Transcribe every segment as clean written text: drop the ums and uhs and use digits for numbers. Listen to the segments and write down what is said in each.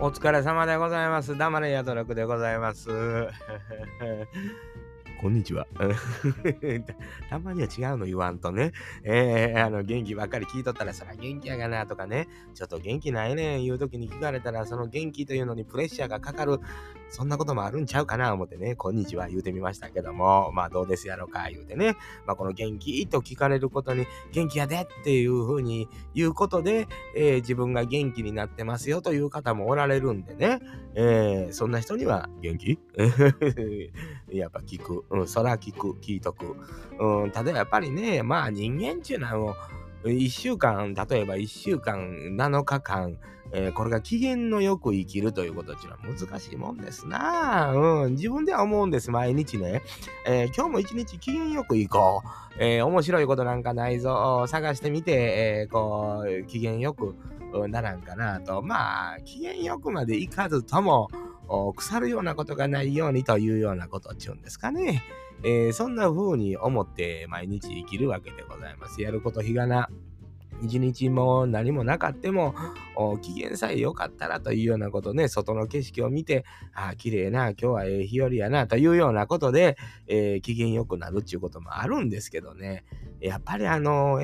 お疲れ様でございます。黙れやとろくでございます。こんにちは。たまには違うの言わんとね。元気ばっかり聞いとったら、そら元気やがなとかね、ちょっと元気ないねん言う時に聞かれたら、その元気というのにプレッシャーがかかる、そんなこともあるんちゃうかな思ってね、こんにちは言うてみましたけども、まあどうですやろか言うてね、まあこの元気と聞かれることに、元気やでっていう風に言うことで、自分が元気になってますよという方もおられるんでね、そんな人には元気やっぱ聞く。そら聞いとく。例えばやっぱりね、まあ人間っていうのはもう、1週間、例えば1週間、7日間、これが機嫌のよく生きるということっていうのは難しいもんですな。自分では思うんです、毎日ね。今日も一日機嫌よく行こう。面白いことなんかないぞ。探してみて、機嫌よくならんかなと。まあ、機嫌よくまでいかずとも、腐るようなことがないようにというようなことっていうんですかね。そんな風に思って毎日生きるわけでございます。やること日がな。一日も何もなかっても機嫌さえ良かったらというようなことね、外の景色を見て、綺麗な、今日は日和やなというようなことで、機嫌良くなるっていうこともあるんですけどね、やっぱり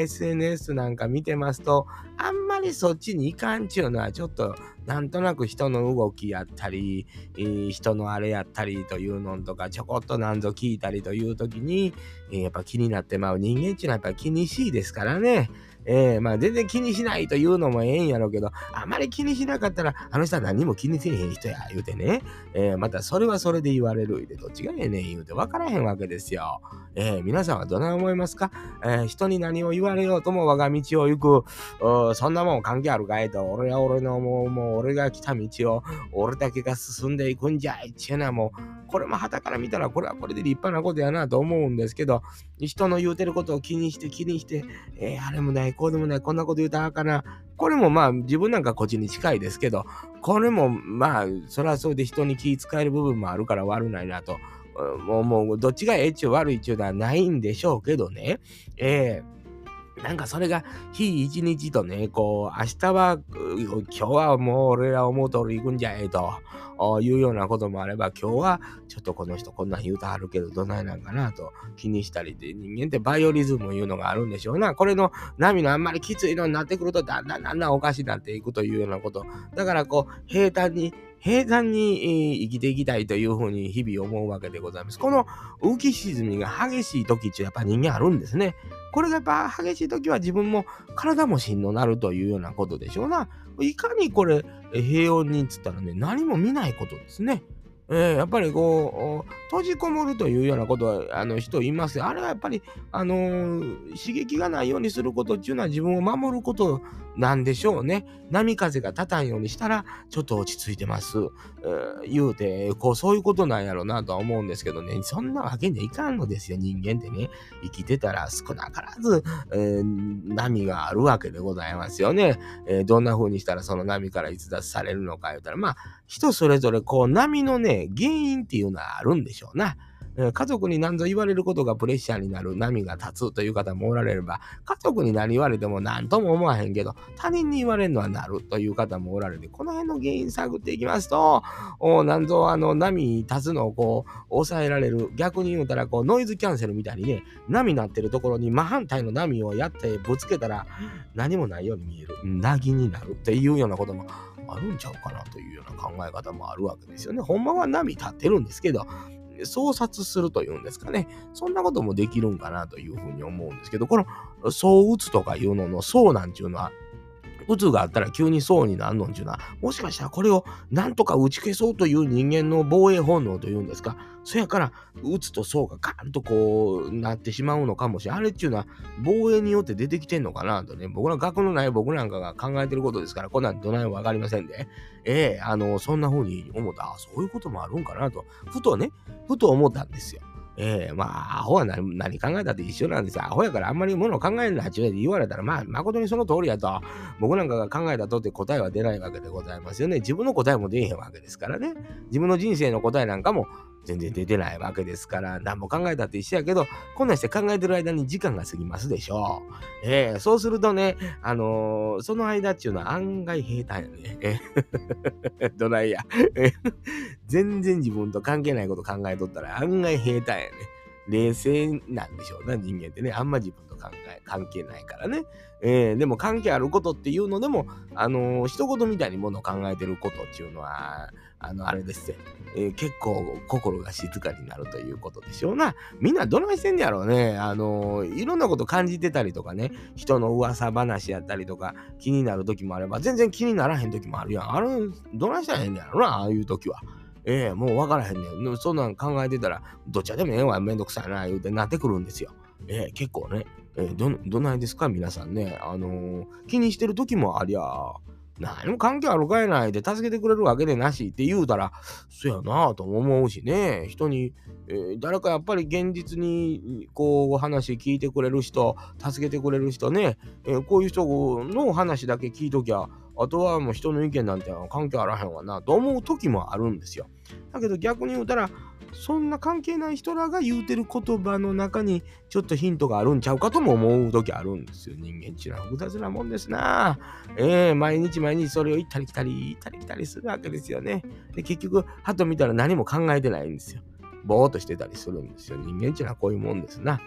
SNS なんか見てますと、あんまりそっちに行かんちゅうのはちょっとなんとなく人の動きやったり、人のあれやったりというのとかちょこっとなんぞ聞いたりという時に、やっぱ気になってまう。人間っていうのはやっぱり気にしいですからね。まあ全然気にしないというのもええんやろうけど、あまり気にしなかったら、あの人は何も気にせえへん人や、言うてね。またそれはそれで言われる。で、どっちがええねん言うて分からへんわけですよ。皆さんはどない思いますか？人に何を言われようとも我が道を行く。そんなもん関係あるかいと。俺は俺のもう俺が来た道を俺だけが進んでいくんじゃいっていうのはもう、これも傍から見たらこれはこれで立派なことやなと思うんですけど、人の言うてることを気にして、あれもない、こうでもない、こんなこと言うたらあかんな。これもまあ自分なんかこっちに近いですけど、これもまあそれはそれで人に気遣える部分もあるから悪ないなと。もうどっちがええっちゅう悪いっちゅうのはないんでしょうけどね。なんかそれが日一日とね、こう、明日は、今日はもう俺ら思う通り行くんじゃええというようなこともあれば、今日はちょっとこの人こんなん言うたはるけど、どないなんかなと気にしたりで、人間ってバイオリズムいうのがあるんでしょうな。これの波のあんまりきついのになってくると、だんだんおかしになっていくというようなこと。だからこう、平坦に生きていきたいというふうに日々思うわけでございます。この浮き沈みが激しい時ってやっぱ人間あるんですね。これがやっぱ激しい時は自分も体もしんどなるというようなことでしょうな。いかにこれ平穏にっつったらね、何も見ないことですね。やっぱりこう閉じこもるというようなことは人いますよ。あれはやっぱり刺激がないようにすることっていうのは自分を守ることなんでしょうね。波風が立たんようにしたらちょっと落ち着いてます。言うてそういうことなんやろうなとは思うんですけどね。そんなわけにはいかんのですよ。人間ってね、生きてたら少なからず、波があるわけでございますよね。どんな風にしたらその波から逸脱されるのか言うたら、まあ人それぞれ波のね原因っていうのはあるんでしょうな。家族に何ぞ言われることがプレッシャーになる、波が立つという方もおられれば、家族に何言われても何とも思わへんけど、他人に言われるのはなるという方もおられて、この辺の原因探っていきますと、何ぞ波立つのを抑えられる。逆に言うたらノイズキャンセルみたいにね、波なってるところに真反対の波をやってぶつけたら何もないように見える。なぎになるっていうようなこともあるんちゃうかなというような考え方もあるわけですよね。ほんまは波立ってるんですけど、創殺するというんですかね。そんなこともできるんかなというふうに思うんですけど、このそう打つとかいうののそうなんていうのは、鬱があったら急にそうになるのんちゅうのは、もしかしたらこれをなんとか打ち消そうという人間の防衛本能というんですか、そやから鬱とそうがガンとなってしまうのかもしれない。あれっちゅうのは防衛によって出てきてんのかなとね、僕ら学のない僕なんかが考えてることですから、こんなんどないもわかりませんで、そんな風に思った、そういうこともあるんかなと、ふと思ったんですよ。まあ、アホは何考えたって一緒なんですよ。アホやからあんまりものを考えんなって言われたら、まあ、誠にその通りやと、僕なんかが考えたとって答えは出ないわけでございますよね。自分の答えも出えへんわけですからね。自分の人生の答えなんかも全然出てないわけですから、何も考えたって一緒やけど、こんなんして考えてる間に時間が過ぎますでしょう。そうするとね、その間っていうのは案外平坦やね。どないや。全然自分と関係ないこと考えとったら案外平坦やね。冷静なんでしょうな、人間ってね。あんま自分と関係ないからね。でも関係あることっていうのでも、一言みたいにものを考えてることっていうのは、あれですよ。結構心が静かになるということでしょうな。みんなどないしてんねやろうね。いろんなこと感じてたりとかね、人の噂話やったりとか気になる時もあれば、全然気にならへん時もあるやん。どないしたらへんねやろな、ああいう時は。もう分からへんねん。そんなん考えてたら、どっちでもええわ、めんどくさいな、言うてなってくるんですよ。結構ね、どないですか、皆さんね。気にしてる時もありゃ、何も関係あるかいないで助けてくれるわけでなしって言うたら、そやなぁとも思うしね、人に、誰かやっぱり現実にこう話聞いてくれる人、助けてくれる人ね、こういう人の話だけ聞いときゃ、あとはもう人の意見なんて関係あらへんわなと思う時もあるんですよ。だけど逆に言うたら、そんな関係ない人らが言うてる言葉の中にちょっとヒントがあるんちゃうかとも思う時あるんですよ。人間っていうのは複雑なもんですな。毎日毎日それを行ったり来たりするわけですよね。で結局はと見たら何も考えてないんですよ。ぼーっとしてたりするんですよ。人間っていうのはこういうもんですな。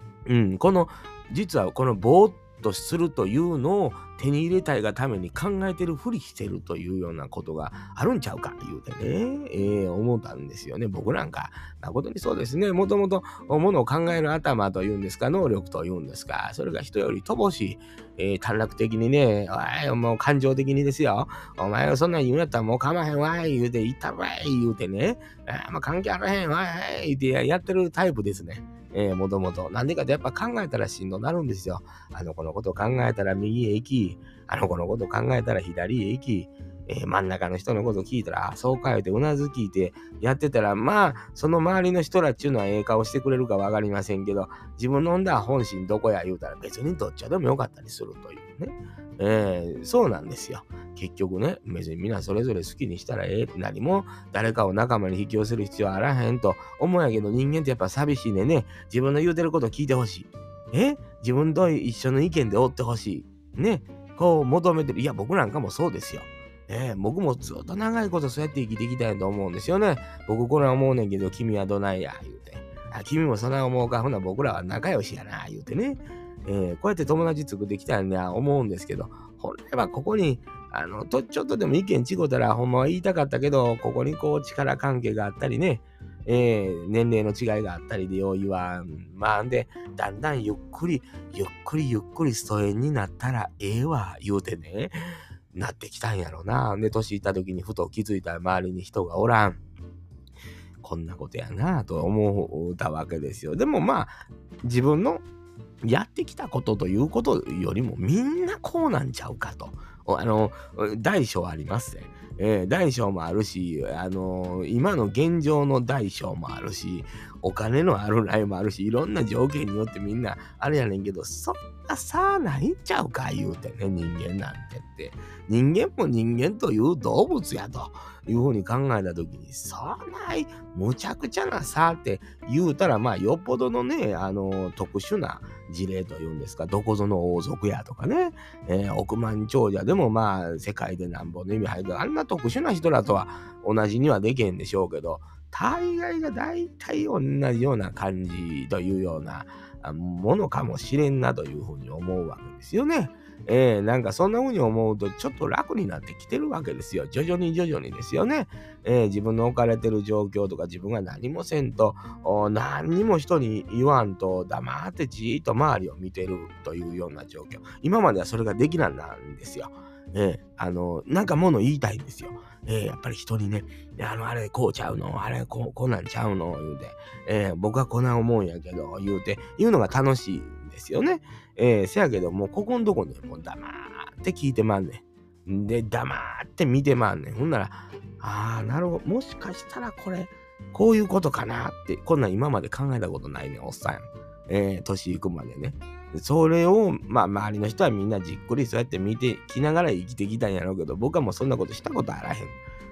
実はこのぼーっとするというのを手に入れたいがために考えてるふりしてるというようなことがあるんちゃうか言うてね、思ったんですよね。僕なんか誠にそうですね。もともとものを考える頭というんですか、能力というんですか、それが人より乏しい、短絡的にね、もう感情的にですよ。お前はそんなん言うんやったらもう構わへんわい言うて、言ったわい言うてね、関係あらへんわいってやってるタイプですね。もともと。なんでかってやっぱ考えたらしんどなるんですよ。あの子のこと考えたら右へ行き、あの子のこと考えたら左へ行き、真ん中の人のこと聞いたら、そうかよってうなずきいてやってたら、まあ、その周りの人らっちゅうのはええ顔してくれるかわかりませんけど、自分のんだ本心どこや言うたら別にどっちでもよかったりするというね。そうなんですよ。結局ね、別にみんなそれぞれ好きにしたらええ。何も誰かを仲間に引き寄せる必要はあらへんと思うんやけど、人間ってやっぱ寂しいね。自分の言うてることを聞いてほしい。自分と一緒の意見でおってほしい。ね。こう求めてる。いや、僕なんかもそうですよ。僕もずっと長いことそうやって生きていきたいと思うんですよね。僕これは思うねんけど、君はどないや、言うて。君もそんな思うか、ほな僕らは仲良しやな、言うてね。こうやって友達作ってきたんや思うんですけど、本来はここに、ちょっとでも意見違うたら、ほんまは言いたかったけど、ここにこう力関係があったりね、年齢の違いがあったりでよう言わん。まあ、で、だんだんゆっくり疎遠になったらええわ、言うてね、なってきたんやろな。で、年いった時にふと気づいたら周りに人がおらん。こんなことやなと思ったわけですよ。でもまあ、自分のやってきたことということよりもみんなこうなんちゃうかと。大小ありますね。大小もあるし、今の現状の大小もあるし、お金のあるないもあるし、いろんな条件によってみんなあれやねんけど、そんな差ないんちゃうか言うてね、人間なんてって。人間も人間という動物やというふうに考えたときに、そないむちゃくちゃな差って言うたら、まあよっぽどのね、特殊な事例というんですか、どこぞの王族やとかね、億万長者でもまあ世界でなんぼの意味入る、あんな特殊な人らとは同じにはできへんでしょうけど、大概が大体同じような感じというようなものかもしれんなというふうに思うわけですよね。なんかそんな風に思うとちょっと楽になってきてるわけですよ。徐々にですよね。自分の置かれてる状況とか自分が何もせんと何にも人に言わんと黙ってじーっと周りを見てるというような状況。今まではそれができなんですよ。なんかもの言いたいんですよ。やっぱり人にね、あれこうちゃうの、あれこうなんちゃうの、言うて、僕はこんな思うんやけど、言うのが楽しいんですよね。せやけど、もうここんとこね、もう黙って聞いてまんねん。で、黙って見てまんねん。ほんなら、なるほど、もしかしたらこれ、こういうことかなって、こんなん今まで考えたことないねん、おっさんやん。年いくまでね。それを、まあ、周りの人はみんなじっくりそうやって見てきながら生きてきたんやろうけど、僕はもうそんなことしたことあらへん。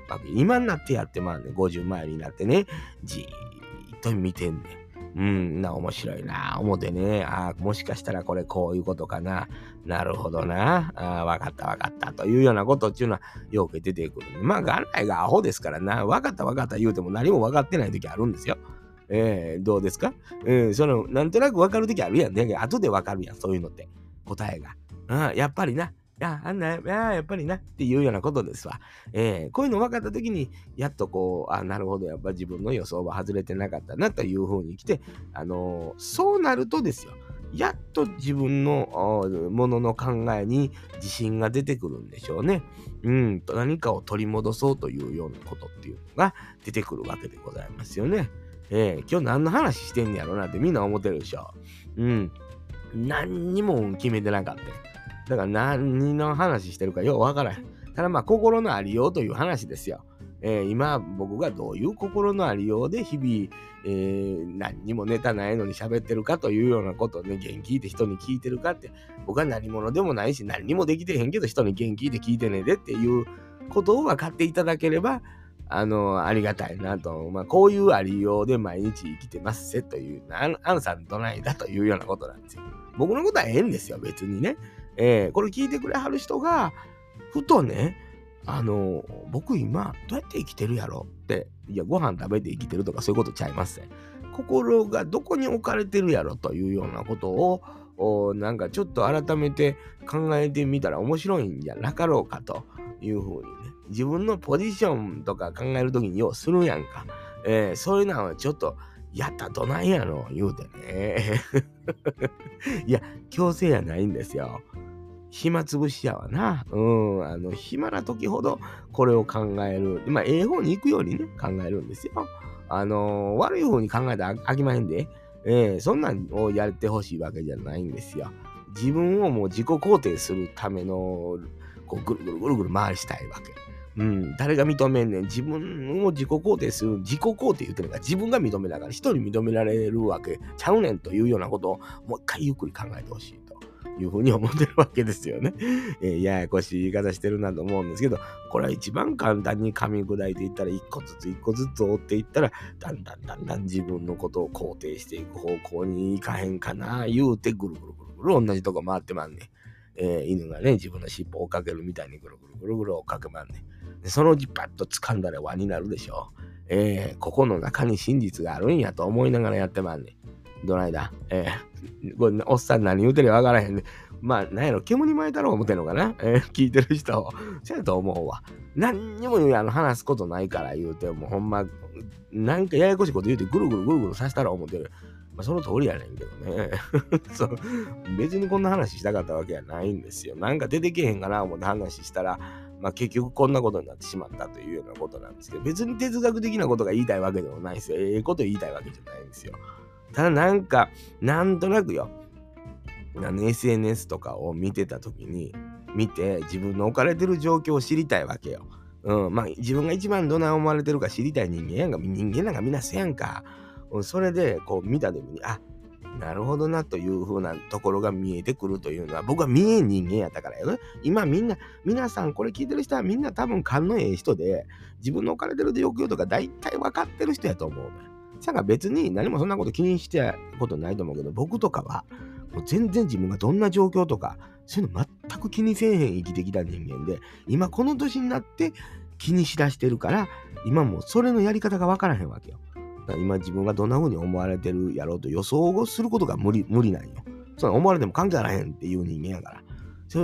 わけ。今になってやってまあね、50前になってね、じーっと見てんねん。面白いな、思ってね、もしかしたらこれこういうことかな。なるほどな。わかったというようなことっていうのはよく出てくる。まあ、元来がアホですからな、わかった言うても何も分かってない時あるんですよ。どうですか？なんとなく分かる時あるやんね。後で分かるやん、そういうのって。答えが。やっぱりな。やっぱりなっていうようなことですわ。こういうの分かった時に、やっとこう、なるほど、やっぱ自分の予想は外れてなかったなというふうに来て、そうなるとですよ、やっと自分のものの考えに自信が出てくるんでしょうね。何かを取り戻そうというようなことっていうのが出てくるわけでございますよね。今日何の話してんやろなってみんな思ってるでしょ。何にも決めてなかった。だから何の話してるかようわからへん。ただまあ心のありようという話ですよ。今僕がどういう心のありようで日々、何にもネタないのに喋ってるかというようなことをね、元気で人に聞いてるかって、僕は何者でもないし何にもできてへんけど人に元気で聞いてねでっていうことを分かっていただければ、ありがたいなと。こういうありようで毎日生きてますせという、アンさんどないだというようなことなんですよ。僕のことはええんですよ、別にね。これ聞いてくれはる人が、ふとね、僕今どうやって生きてるやろって、いや、ご飯食べて生きてるとかそういうことちゃいますね。心がどこに置かれてるやろというようなことを、なんかちょっと改めて考えてみたら面白いんじゃなかろうかというふうにね、自分のポジションとか考えるときにようするやんか。そういうのはちょっと、やったらどないやろ言うてね。いや、強制やないんですよ。暇つぶしやわな。暇な時ほどこれを考える。ええ方に行くようにね、考えるんですよ。悪い方に考えたらあきまへんで。そんなんをやってほしいわけじゃないんですよ。自分をもう自己肯定するための、こうぐるぐる回したいわけ。誰が認めんねん。自分を自己肯定する。自己肯定言ってるから自分が認めながら人に認められるわけちゃうねんというようなことをもう一回ゆっくり考えてほしいというふうに思ってるわけですよね。ややこしい言い方してるなと思うんですけど、これは一番簡単に噛み砕いていったら一個ずつ追っていったら、だんだん自分のことを肯定していく方向にいかへんかな言うてぐる同じとこ回ってまんね。犬がね、自分の尻尾を追っかけるみたいにぐるぐる追っかけまんね。でそのうちパッと掴んだら輪になるでしょ。ここの中に真実があるんやと思いながらやってまんね。どないだこれおっさん何言うてるかわからへんね。なんやろ、煙巻いたろう思ってんのかな、聞いてる人を。そうやと思うわ。何にも話すことないから言うて、もうほんま、なんかややこしいこと言うてぐるぐるさせたら思ってる。その通りやねんけどね。そう別にこんな話したかったわけじゃないんですよ。なんか出てけへんかな思って話したら、結局こんなことになってしまったというようなことなんですけど、別に哲学的なことが言いたいわけでもないですよ。こと言いたいわけじゃないんですよ。ただなんとなくよ、SNS とかを見てた時に、自分の置かれてる状況を知りたいわけよ。自分が一番どない思われてるか知りたい人間やんか。人間なんかみんなせやんか。それでこう見た時に、なるほどなという風なところが見えてくるというのは、僕は見えん人間やったからよね。今皆さんこれ聞いてる人はみんな多分勘のええ人で、自分の置かれてる状況とか大体分かってる人やと思うね。さが別に何もそんなこと気にしてことないと思うけど、僕とかはもう全然自分がどんな状況とか、そういうの全く気にせえへん生きてきた人間で、今この年になって気にしだしてるから、今もうそれのやり方が分からへんわけよ。今自分がどんな風に思われてるやろうと予想をすることが無理なんよ。その思われても関係あらへんっていう人間やから。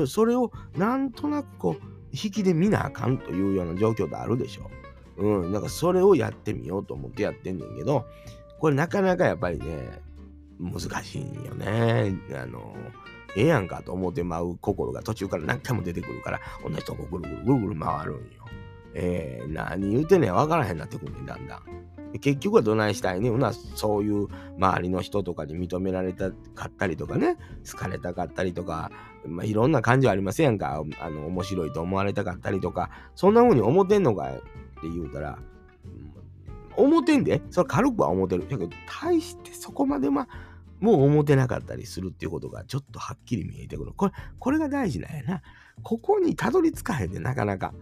それをなんとなくこう引きで見なあかんというような状況であるでしょ。だからそれをやってみようと思ってやってんねんけど、これなかなかやっぱりね、難しいんよね。ええやんかと思ってまう心が途中から何回も出てくるから、同じとこぐるぐる回るんよ。何言うてんねん分からへんなってくるねん、だんだん。結局はどないしたいねんな、そういう周りの人とかに認められたかったりとかね、好かれたかったりとか、いろんな感情ありますやんか。面白いと思われたかったりとか、そんな風に思ってんのかって言うたら、思ってんで、それ軽くは思ってる。だけど、大してそこまでもう思ってなかったりするっていうことがちょっとはっきり見えてくる。これが大事なんやな。ここにたどり着かへんで、なかなか。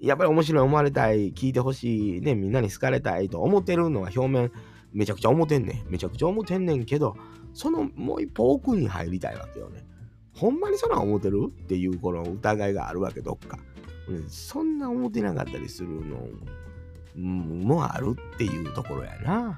やっぱり面白い思われたい、聞いてほしい、ね、みんなに好かれたいと思ってるのは表面、めちゃくちゃ思ってんねん。めちゃくちゃ思ってんねんけど、そのもう一歩奥に入りたいわけよね。ほんまにそんなん思ってるっていうこの疑いがあるわけ、どっか。そんな思ってなかったりするの、もあるっていうところやな。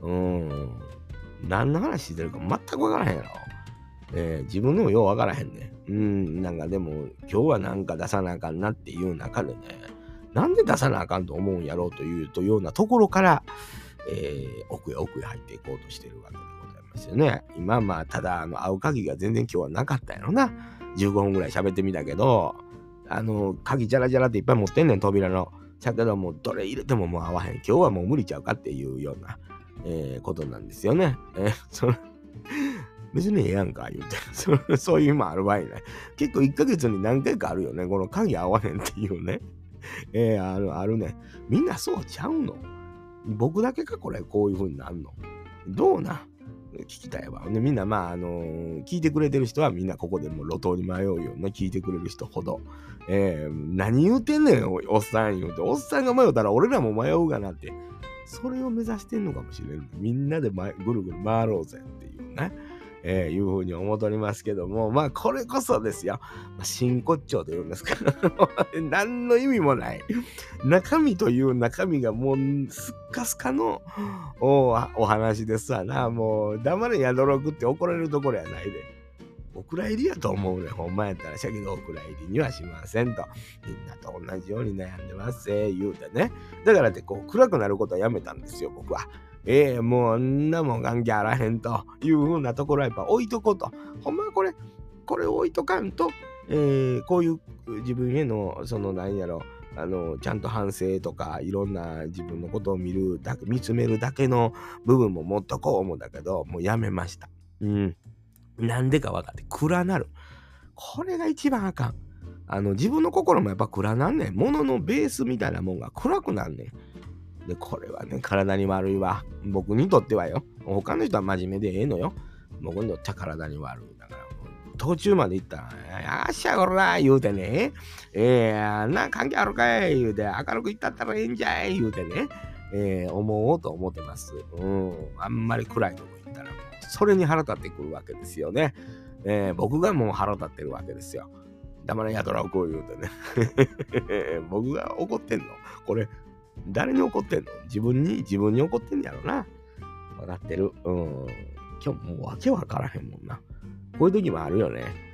何の話してるか全くわからへんやろ。自分でもようわからへんね。なんかでも今日はなんか出さなあかんなっていう中でね、なんで出さなあかんと思うんやろうというようなところから、奥へ奥へ入っていこうとしてるわけでございますよね。今まあただ会う鍵が全然今日はなかったやろな。15分ぐらい喋ってみたけど、鍵ジャラジャラっていっぱい持ってんねん、扉の。だけどもうどれ入れてももう合わへん。今日はもう無理ちゃうかっていうような、ことなんですよね。別にええやんか言うてそういう今ある場合ね。結構1ヶ月に何回かあるよね。この鍵合わへんっていうね。あるね。みんなそうちゃうの？僕だけかこれこういう風になんの？どうな？聞きたいわ。みんな聞いてくれてる人はみんなここでもう路頭に迷うような聞いてくれる人ほど。何言うてんねんおっさん言うて。おっさんが迷うたら俺らも迷うがなって。それを目指してんのかもしれん。みんなでぐるぐる回ろうぜっていうね。いうふうに思っておりますけども、まあこれこそですよ。真骨頂というんですか。何の意味もない。中身という中身がもうすっかすかのお話ですわな。もう黙れやどろくって怒られるところやないで。お蔵入りやと思うね。ほんまやったらしゃけどお蔵入りにはしませんと。みんなと同じように悩んでます言うてね。だからってこう暗くなることはやめたんですよ、僕は。もうんなもん関係あらへんという風なところはやっぱ置いとこうと。ほんまはこれ置いとかんと、こういう自分への何やろちゃんと反省とかいろんな自分のことを見つめるだけの部分も持っとこう思うんだけど、もうやめました。なんでか分かって暗なる。これが一番あかん。自分の心もやっぱ暗なんねん。物のベースみたいなもんが暗くなんねん。で、これはね、体に悪いわ。僕にとってはよ。他の人は真面目でええのよ。僕にとっては体に悪い。だから、途中まで行ったら、あっしゃこら言うてね、関係あるかい言うて、明るく言ったったらええんじゃい言うてね、思おうと思ってます。あんまり暗いとこ行ったら、もうそれに腹立ってくるわけですよね。僕がもう腹立ってるわけですよ。黙れやとらおこう言うてね。僕が怒ってんのこれ、誰に怒ってんの？自分に怒ってんやろな。分かってる。今日もうわけわからへんもんな。こういう時もあるよね。